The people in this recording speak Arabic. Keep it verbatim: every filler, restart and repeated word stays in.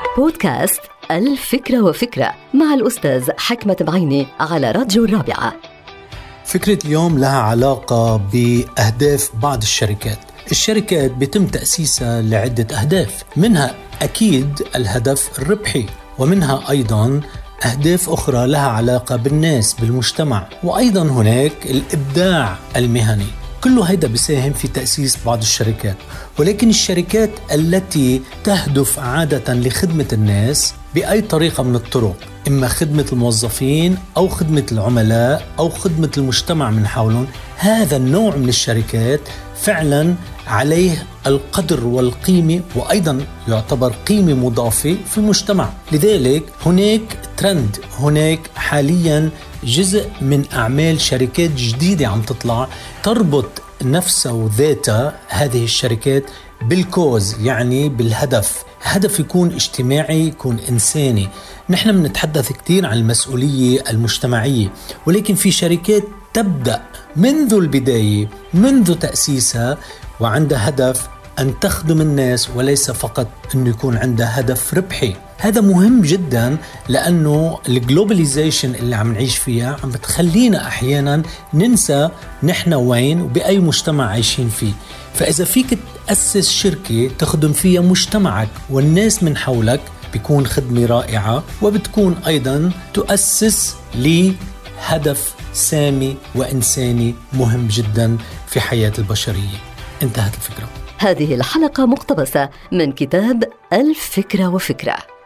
بودكاست الفكرة وفكرة مع الأستاذ حكمة بعيني على راديو الرابعة. فكرة اليوم لها علاقة بأهداف بعض الشركات. الشركات بيتم تأسيسها لعدة أهداف، منها أكيد الهدف الربحي، ومنها أيضاً أهداف أخرى لها علاقة بالناس بالمجتمع، وأيضاً هناك الإبداع المهني. كل هذا بيساهم في تأسيس بعض الشركات، ولكن الشركات التي تهدف عادة لخدمة الناس بأي طريقة من الطرق، إما خدمة الموظفين أو خدمة العملاء أو خدمة المجتمع من حولهم، هذا النوع من الشركات فعلا عليه القدر والقيمة، وأيضا يعتبر قيمة مضافة في المجتمع. لذلك هناك ترند، هناك حاليا جزء من أعمال شركات جديدة عم تطلع تربط نفسها وذاتها هذه الشركات بالكوز، يعني بالهدف، هدف يكون اجتماعي، يكون إنساني. نحن بنتحدث كتير عن المسؤولية المجتمعية، ولكن في شركات تبدأ منذ البداية منذ تأسيسها وعندها هدف أن تخدم الناس، وليس فقط أن يكون عندها هدف ربحي. هذا مهم جدا، لأنه الجلوباليزيشن اللي عم نعيش فيها عم بتخلينا أحيانا ننسى نحن وين وبأي مجتمع عايشين فيه. فإذا فيك تأسس شركة تخدم فيها مجتمعك والناس من حولك، بيكون خدمة رائعة، وبتكون أيضا تؤسس لهدف سامي وإنساني مهم جدا في حياة البشرية. انتهت الفكرة. هذه الحلقة مقتبسة من كتاب الفكرة وفكرة.